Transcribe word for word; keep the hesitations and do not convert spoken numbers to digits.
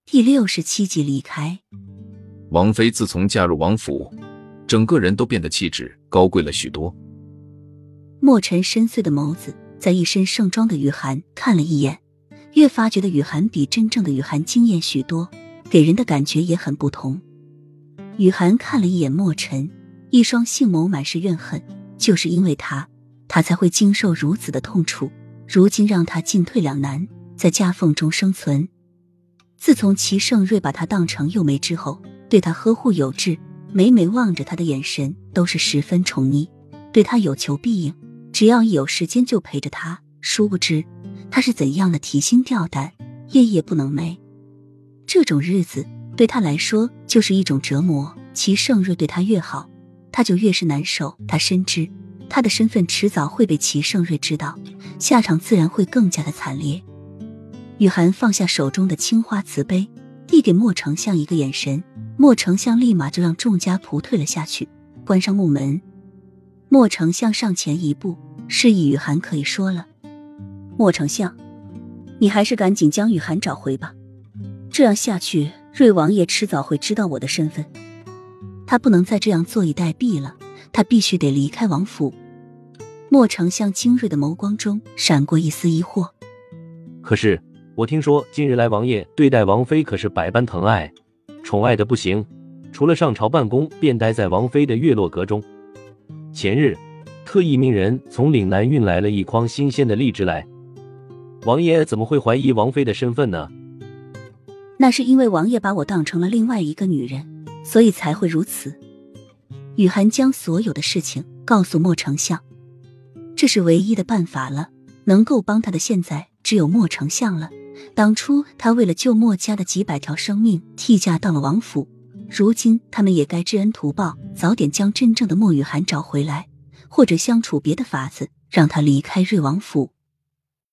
第六十七集离开。 王妃自从嫁入王府，整个人都变得气质高贵了许多。 墨尘深邃的眸子在一身盛装的雨涵看了一眼，越发觉得雨涵比真正的雨涵惊艳许多，给人的感觉也很不同。雨涵看了一眼墨尘，一双杏眸满是怨恨，就是因为他，他才会经受如此的痛楚，如今让他进退两难，在夹缝中生存。自从齐盛瑞把他当成幼梅之后，对他呵护有致，每每望着他的眼神都是十分宠溺，对他有求必应，只要一有时间就陪着他。殊不知他是怎样的提心吊胆，夜夜不能寐。这种日子对他来说就是一种折磨，齐盛瑞对他越好，他就越是难受。他深知他的身份迟早会被齐盛瑞知道，下场自然会更加的惨烈。雨涵放下手中的青花瓷杯，递给莫丞相一个眼神，莫丞相立马就让众家仆退了下去，关上木门。莫丞相上前一步，示意雨涵可以说了。莫丞相，你还是赶紧将雨涵找回吧，这样下去瑞王爷迟早会知道我的身份，他不能再这样坐以待毙了，他必须得离开王府。莫丞相精锐的眸光中闪过一丝疑惑。 可是我听说今日来王爷对待王妃可是百般疼爱，宠爱的不行，除了上朝办公便待在王妃的月落阁中。前日特意命人从岭南运来了一筐新鲜的荔枝来，王爷怎么会怀疑王妃的身份呢？ 那是因为王爷把我当成了另外一个女人，所以才会如此。雨涵将所有的事情告诉莫丞相，这是唯一的办法了，能够帮他的现在只有莫丞相了。当初他为了救莫家的几百条生命替嫁到了王府，如今他们也该知恩图报，早点将真正的莫雨涵找回来，或者相处别的法子，让他离开瑞王府。